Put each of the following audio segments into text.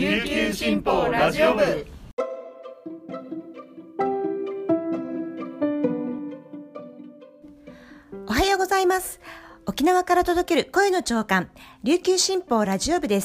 琉球新報ラジオ部。 おはようございます。沖縄から届ける声の朝刊、琉球新報ラジオ部です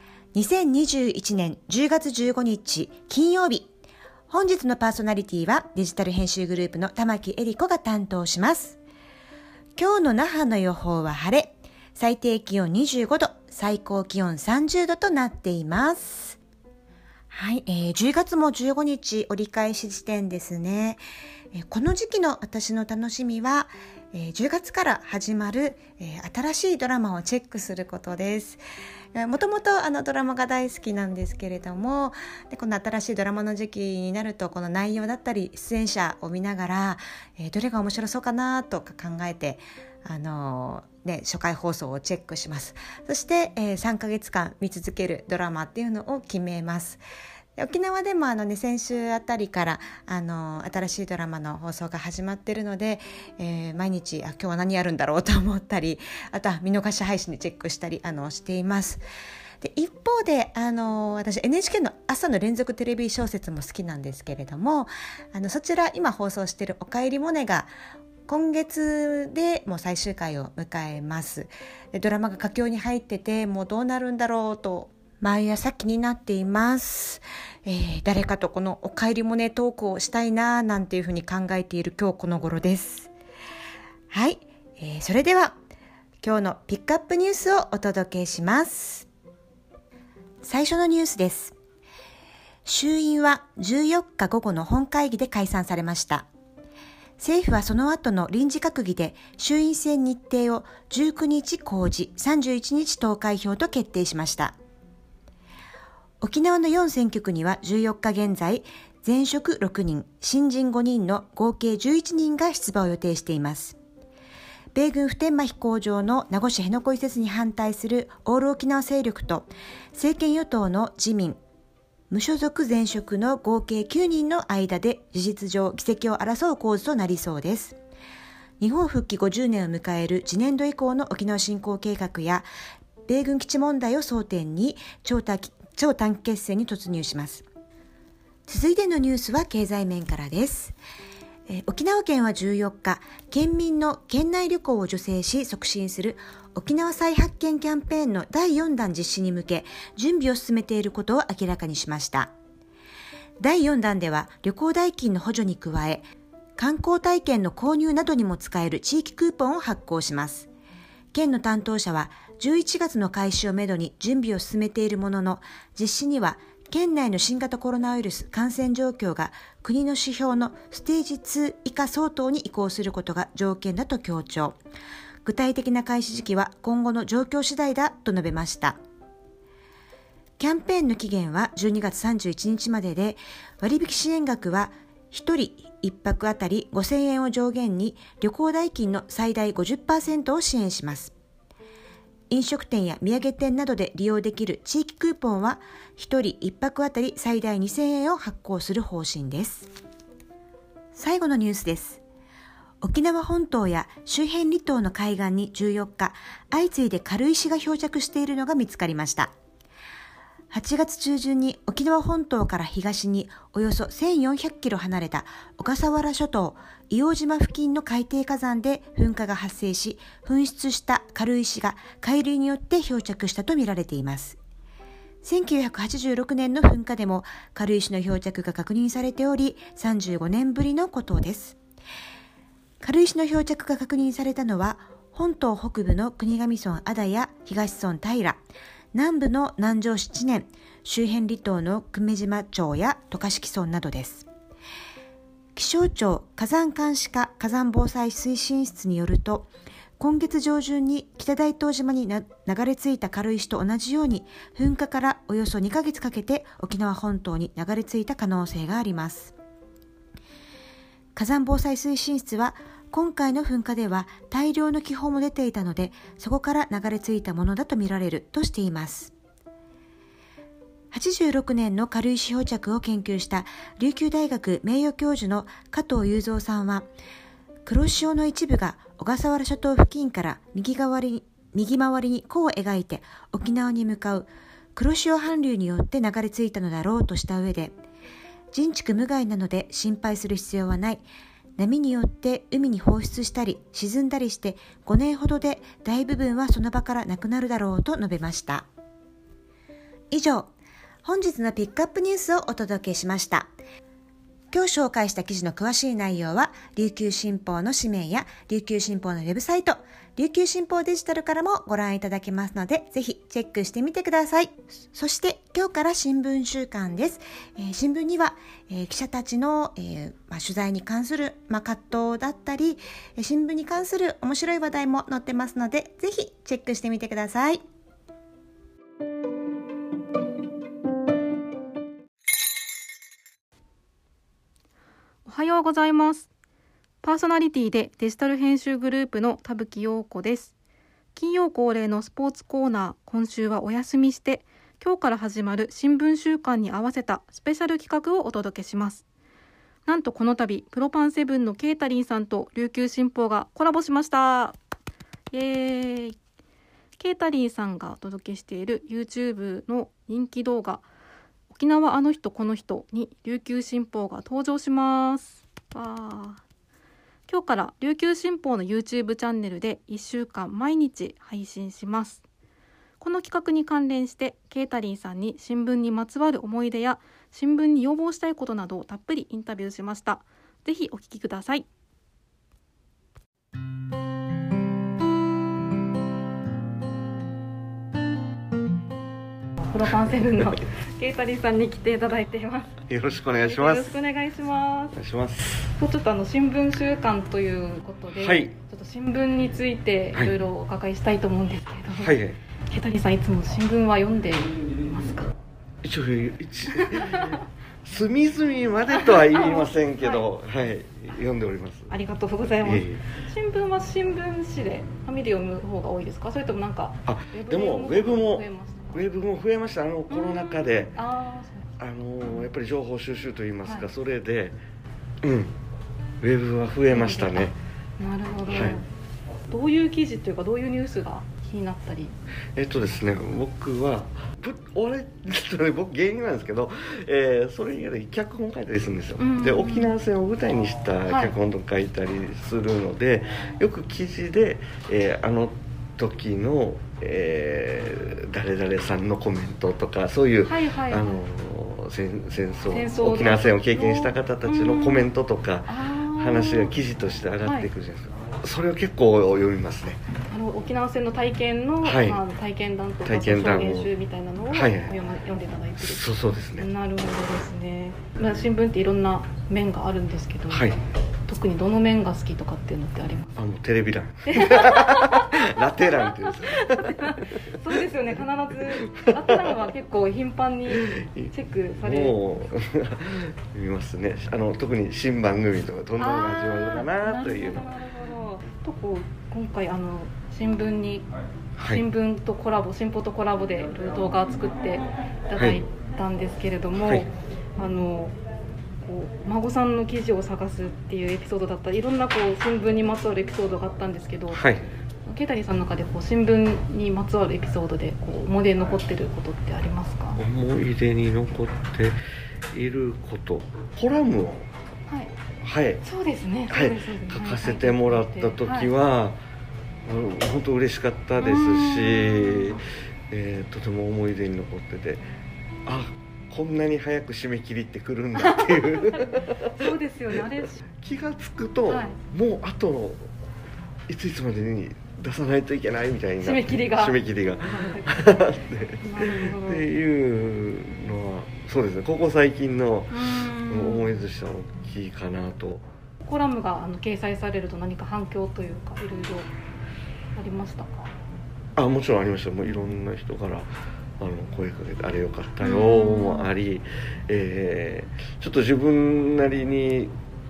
。2021年10月15日金曜日。本日のパーソナリティはデジタル編集グループの玉木恵里子が担当します。今日の那覇の予報は晴れ、最低気温25度、最高気温30度となっています。はい、10月も15日折り返し地点ですね。この時期の私の楽しみは、10月から始まる、新しいドラマをチェックすることです。もともとドラマが大好きなんですけれども、この新しいドラマの時期になると、この内容だったり出演者を見ながら、どれが面白そうかなとか考えて初回放送をチェックします。そして、3ヶ月間見続けるドラマっていうのを決めます。沖縄でも先週あたりから新しいドラマの放送が始まっているので、毎日今日は何やるんだろうと思ったり、あとは見逃し配信でチェックしたりしています。で一方で私 NHK の朝の連続テレビ小説も好きなんですけれども、そちら今放送しているおかえりモネが今月でもう最終回を迎えます。でドラマが佳境に入ってて、もうどうなるんだろうと毎朝気になっています。誰かとこのおかえりモネトークをしたいななんていうふうに考えている今日この頃です。はい、それでは今日のピックアップニュースをお届けします。最初のニュースです。衆院は14日午後の本会議で解散されました。政府はその後の臨時閣議で衆院選日程を19日公示、31日投開票と決定しました。沖縄の4選挙区には14日現在、前職6人、新人5人の合計11人が出馬を予定しています。米軍普天間飛行場の名護市辺野古移設に反対するオール沖縄勢力と、政権与党の自民、無所属前職の合計9人の間で事実上議席を争う構図となりそうです。日本復帰50年を迎える次年度以降の沖縄振興計画や、米軍基地問題を争点に超短期決戦に突入します。続いてのニュースは経済面からです。沖縄県は14日、県民の県内旅行を助成し促進する沖縄再発見キャンペーンの第4弾実施に向け準備を進めていることを明らかにしました。第4弾では旅行代金の補助に加え、観光体験の購入などにも使える地域クーポンを発行します。県の担当者は11月の開始をめどに準備を進めているものの、実施には県内の新型コロナウイルス感染状況が国の指標のステージ2以下相当に移行することが条件だと強調。具体的な開始時期は今後の状況次第だと述べました。キャンペーンの期限は12月31日までで、割引支援額は1人1泊あたり5000円を上限に旅行代金の最大 50% を支援します。飲食店や土産店などで利用できる地域クーポンは1人1泊あたり最大2000円を発行する方針です。最後のニュースです。沖縄本島や周辺離島の海岸に14日、相次いで軽石が漂着しているのが見つかりました。8月中旬に沖縄本島から東におよそ1400キロ離れた小笠原諸島硫黄島付近の海底火山で噴火が発生し、噴出した軽石が海流によって漂着したとみられています。1986年の噴火でも軽石の漂着が確認されており、35年ぶりのことです。軽石の漂着が確認されたのは、本島北部の国頭村安田や東村平、南部の南城市知念、周辺離島の久米島町や渡嘉敷村などです。気象庁火山監視課火山防災推進室によると、今月上旬に北大東島に流れ着いた軽石と同じように、噴火からおよそ2ヶ月かけて沖縄本島に流れ着いた可能性があります。火山防災推進室は、今回の噴火では大量の気泡も出ていたので、そこから流れ着いたものだとみられるとしています。86年の軽石漂着を研究した琉球大学名誉教授の加藤雄三さんは、黒潮の一部が小笠原諸島付近から右回りに弧を描いて沖縄に向かう黒潮反流によって流れ着いたのだろうとした上で、人畜無害なので心配する必要はない。波によって海に放出したり沈んだりして5年ほどで大部分はその場からなくなるだろうと述べました。以上、本日のピックアップニュースをお届けしました。今日紹介した記事の詳しい内容は琉球新報の紙面や琉球新報のウェブサイト、琉球新報デジタルからもご覧いただけますので、ぜひチェックしてみてください。そして今日から新聞週間です。新聞には、記者たちの、取材に関する、葛藤だったり、新聞に関する面白い話題も載ってますので、ぜひチェックしてみてください。 おはようございます。パーソナリティでデジタル編集グループの田吹陽子です。金曜恒例のスポーツコーナー、今週はお休みして、今日から始まる新聞週間に合わせたスペシャル企画をお届けします。なんとこの度、プロパンセブンのケータリンさんと琉球新報がコラボしました。イエーイ。ケータリンさんがお届けしている YouTube の人気動画、沖縄あの人この人に琉球新報が登場します。今日から琉球新報の YouTube チャンネルで1週間毎日配信します。この企画に関連してケータリンさんに新聞にまつわる思い出や新聞に要望したいことなどをたっぷりインタビューしました。ぜひお聞きください。プロパンセブンのケータリンさんに来ていただいています。 よろしくお願いします。 よろしくお願いします。 お願いします。 ちょっと新聞週間ということで、 はい、 ちょっと新聞についていろいろお伺いしたいと思うんですけれども、 はい、 ケータリンさんいつも新聞は読んでいますか？ 一応隅々までとは言いませんけど、はい、読んでおります。 ありがとうございます。新聞は新聞紙で紙で読む方が多いですか？それともなんかでもウェブも増えました。コロナ禍でやっぱり情報収集といいますか、それでウェブは増えましたね。 なるほど、どういう記事というかどういうニュースが気になったり？ ですね、僕は僕芸人なんですけど、それ以外で脚本書いたりするんですよ。で、沖縄戦を舞台にした脚本とか書いたりするので、よく記事で、あの時の、誰々さんのコメントとかそういう、戦争沖縄戦を経験した方たちのコメントとか話が記事として上がってくるじゃないですか。それを結構読みますね。 沖縄戦の体験の、体験談とか証言集みたいなのを、読んでいただいてる。 そうですね。 なるほどですね。新聞っていろんな面があるんですけど、特にどの面が好きとかっていうのってあります？ テレビ欄ラテ欄っていうんですか。 そうですよね。必ずラテ欄は結構頻繁にチェックされる。もう見ますね。特に新番組とかどんなのが始まるのかなという。 今回新聞とコラボ、新報とコラボで動画を作っていただいたんですけれども、孫さんの記事を探すっていうエピソードだったり、いろんな新聞にまつわるエピソードがあったんですけど、ケータリンさんの中で新聞にまつわるエピソードで思い出に残ってることってありますか？ 思い出に残っていること、コラムをそうですね、 書かせてもらった時は、本当嬉しかったですし、とても思い出に残ってて、こんなに早く締め切りってくるんだっていうそうですよね。あれ気がつくと、もうあとのいついつまでに出さないといけないみたいな締め切りがっていうのはそうですね、ここ最近の思い出としては大きいかなと。 コラムが掲載されると何か反響というかいろいろありましたか？ もちろんありました。もういろんな人から声かけて、あれよかったよもあり、ちょっと自分なりに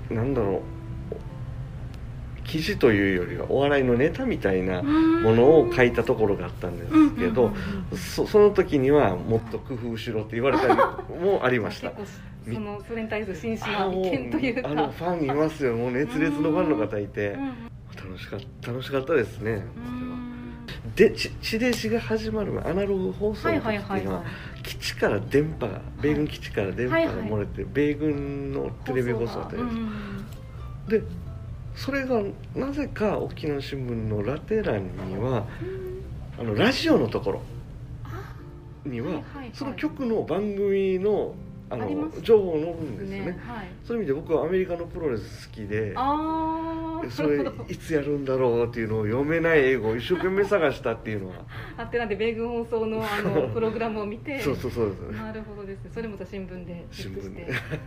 記事というよりはお笑いのネタみたいなものを書いたところがあったんですけど、その時にはもっと工夫しろって言われたりもありました。 それに対する真摯な意見というか、 ファンいますよ。もう熱烈のファンの方いて、楽しかったですね。 で地デジが始まる前アナログ放送の時っていうのは基地から電波が米軍基地から電波が漏れて米軍のテレビ放送だったりでそれがなぜか沖縄新聞のラテ欄にはラジオのところにはその局の番組の情報載るんですよね。そういう意味で僕はアメリカのプロレス好きでそれいつやるんだろうっていうのを読めない英語を一生懸命探したっていうのはあってなんで米軍放送のプログラムを見てそうですね。 なるほどですね。それも新聞でチェックして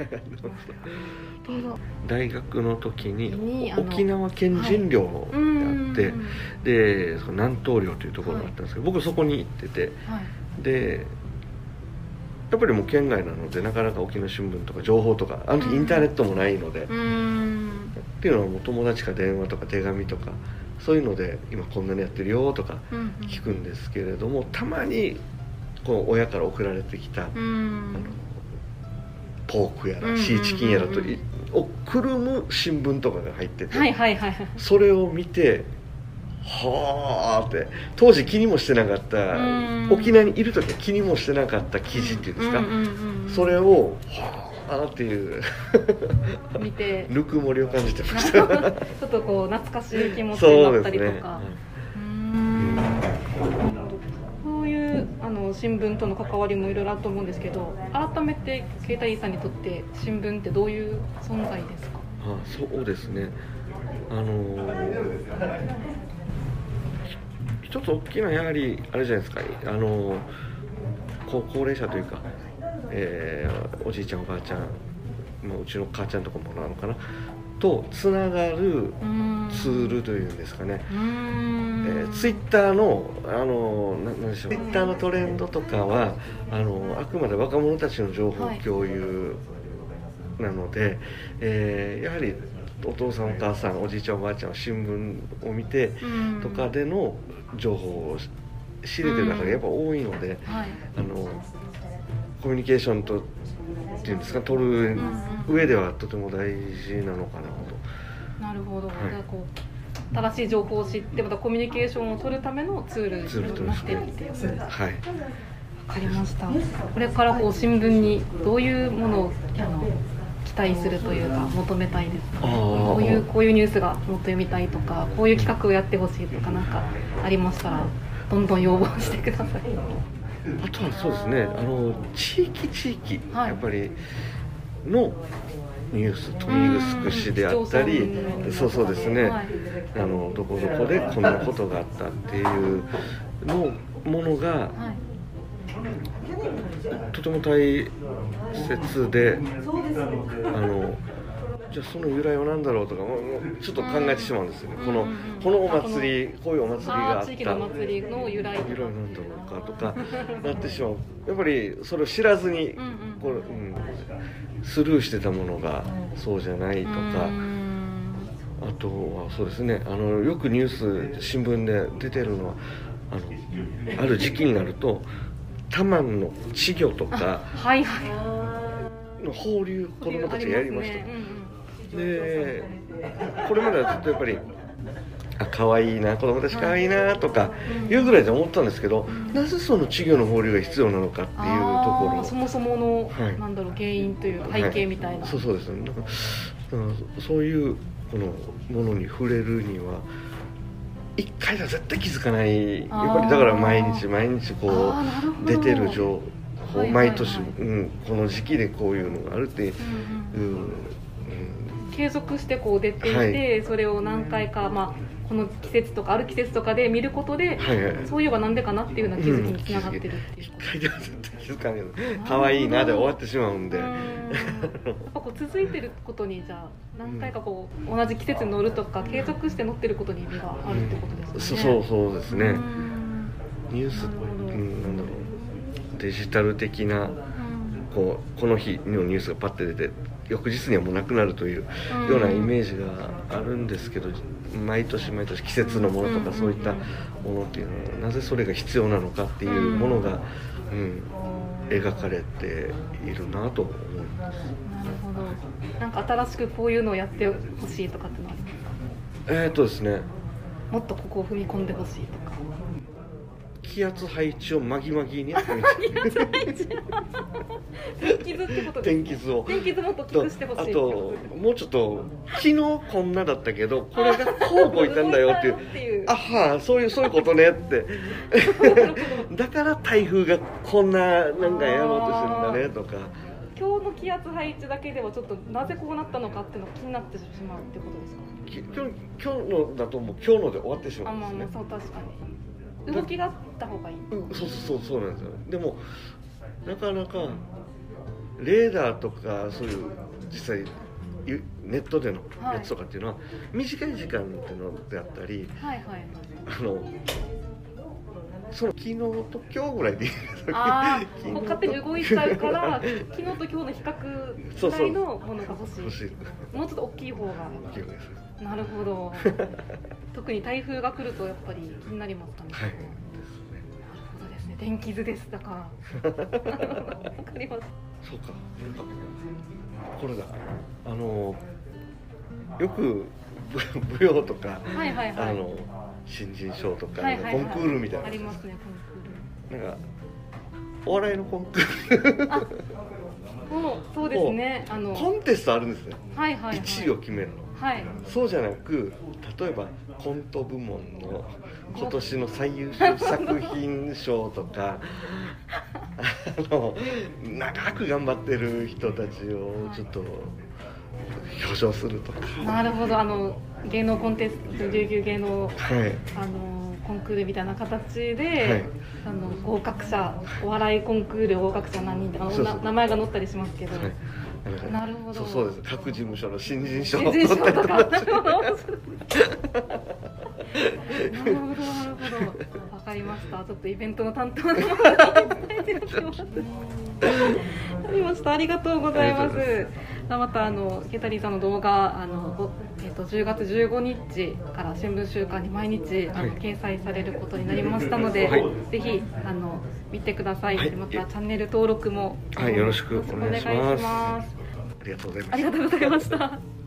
大学の時に沖縄県人寮をやって、で南東寮というところがあったんですけど、僕そこに行ってて、でやっぱりもう県外なのでなかなか沖縄新聞とか情報とかあの時インターネットもないので、っていうのはもう友達から電話とか手紙とかそういうので今こんなにやってるよとか聞くんですけれども、たまにこう親から送られてきたポークやらシーチキンやらとをくるむ新聞とかが入ってて、それを見てはあって当時気にもしてなかった沖縄にいる時は気にもしてなかった記事っていうんですか、それをはあっていう見てぬくもりを感じてましたちょっとこう懐かしい気持ちになったりとか、そういう新聞との関わりもいろいろあると思うんですけど、改めてケイタリーさんにとって新聞ってどういう存在ですか？ そうですね、一つ大きなやはりあれじゃないですか、高齢者というか、おじいちゃんおばあちゃん、うちの母ちゃんとかもなのかなとつながるツールというんですかね、ツイッターの何でしょう、ツイッターのトレンドとかはあくまで若者たちの情報共有なので、やはりお父さんお母さんおじいちゃんおばあちゃんは新聞を見てとかでの情報を知れてる中でやっぱ多いので、コミュニケーションとっていうんですか、取る上ではとても大事なのかなと。 なるほど、こう新しい情報を知ってまたコミュニケーションを取るためのツールになっているっていうことです。わかりました。これからこう新聞にどういうものを期待するというか求めたいですか？こういうニュースがもっと読みたいとか、こういう企画をやってほしいとかなんかありましたらどんどん要望してください。 あとはそうですね、地域、やっぱりのニュース、豊見城市であったり、そうですね、どこどこでこんなことがあったっていうものが、とても大切で、じゃあその由来は何だろうとかちょっと考えてしまうんですよね。このお祭り、こういうお祭りがあった、 地域のお祭りの由来なんだろうかとかなってしまう。やっぱりそれを知らずにスルーしてたものがそうじゃないとか、あとはそうですね、よくニュース新聞で出てるのはある時期になるとタマンの稚魚とかの放流子どもたちがやりました。でこれまではずっとやっぱり可愛いな、子供たち可愛いなとかいうぐらいで思ったんですけど、なぜその稚魚の放流が必要なのかっていうところ、 そもそもの、なんだろう、原因というか背景みたいな、 そうですね。そういうこのものに触れるには一回では絶対気づかない。やっぱりだから毎日こう出てる情報、毎年、この時期でこういうのがあるっていう、 継続してこう出ていて、それを何回か、この季節とかある季節とかで見ることで、そういえばなんでかなっていうような気づきにつながってるっていう。 一回では絶対気づかないの。可愛いなで終わってしまうんで。やっぱこう続いてることに、じゃあ何回かこう同じ季節に乗るとか継続して乗ってることに意味があるってことですかね。 そうですね。ニュース、なんだろう、デジタル的なこの日のニュースがパッて出て翌日にはもうなくなるというようなイメージがあるんですけど、毎年季節のものとかそういったものっていうのはなぜそれが必要なのかっていうものが、描かれているなと思います。 なるほど。なんか新しくこういうのをやってほしいとかってのありますか？ ですね、 もっとここを踏み込んでほしいとか。 気圧配置をまぎまぎにやってみて天気図ってことです天気図を天気図もっと大きくしてほしい。 あともうちょっと昨日こんなだったけどこれがこう動いたんだよっていうあはそういうことねってだから台風がこんななんかやろうとしてるんだねとか。 今日の気圧配置だけではちょっとなぜこうなったのかっていうのが気になってしまうってことですか。 今日のだともう今日ので終わってしまうんですね。 そう確かに動きがあった方がいい。 そうなんですよ。でもなかなかレーダーとかそういう実際ネットでのやつとかっていうのは短い時間っていうのであったり、その昨日と今日ぐらいでいいですか。勝手に動いちゃうから昨日と今日の比較ぐらいのものが欲しい。もうちょっと大きい方が。大きい方です。なるほど。特に台風が来るとやっぱり気になりますかね。 はい。 なるほどですね。天気図ですだから。わかります。 そうか。これだ。よく舞踊とか、新人賞とか、コンクールみたいな。 ありますね、コンクール。 なんかお笑いのコンクール。 そうですね。 コンテストあるんですね。1位を決めるの。そうじゃなく、例えばコント部門の今年の最優秀作品賞とか長く頑張ってる人たちをちょっと表彰するとか。 なるほど。芸能コンテスト、琉球芸能、コンクールみたいな形で、合格者、お笑いコンクール合格者何人とか名前が載ったりしますけど。なるほど。 そうです。各事務所の新人賞とか。なるほど。わかりました。ちょっとイベントの担当の方に伝えておきます。わかりました。ありがとうございます。またケタリーさんの動画10月15日から新聞週刊に毎日掲載されることになりましたので、ぜひ見てください。またチャンネル登録もよろしくお願いします。ありがとうございました。 ありがとうございました。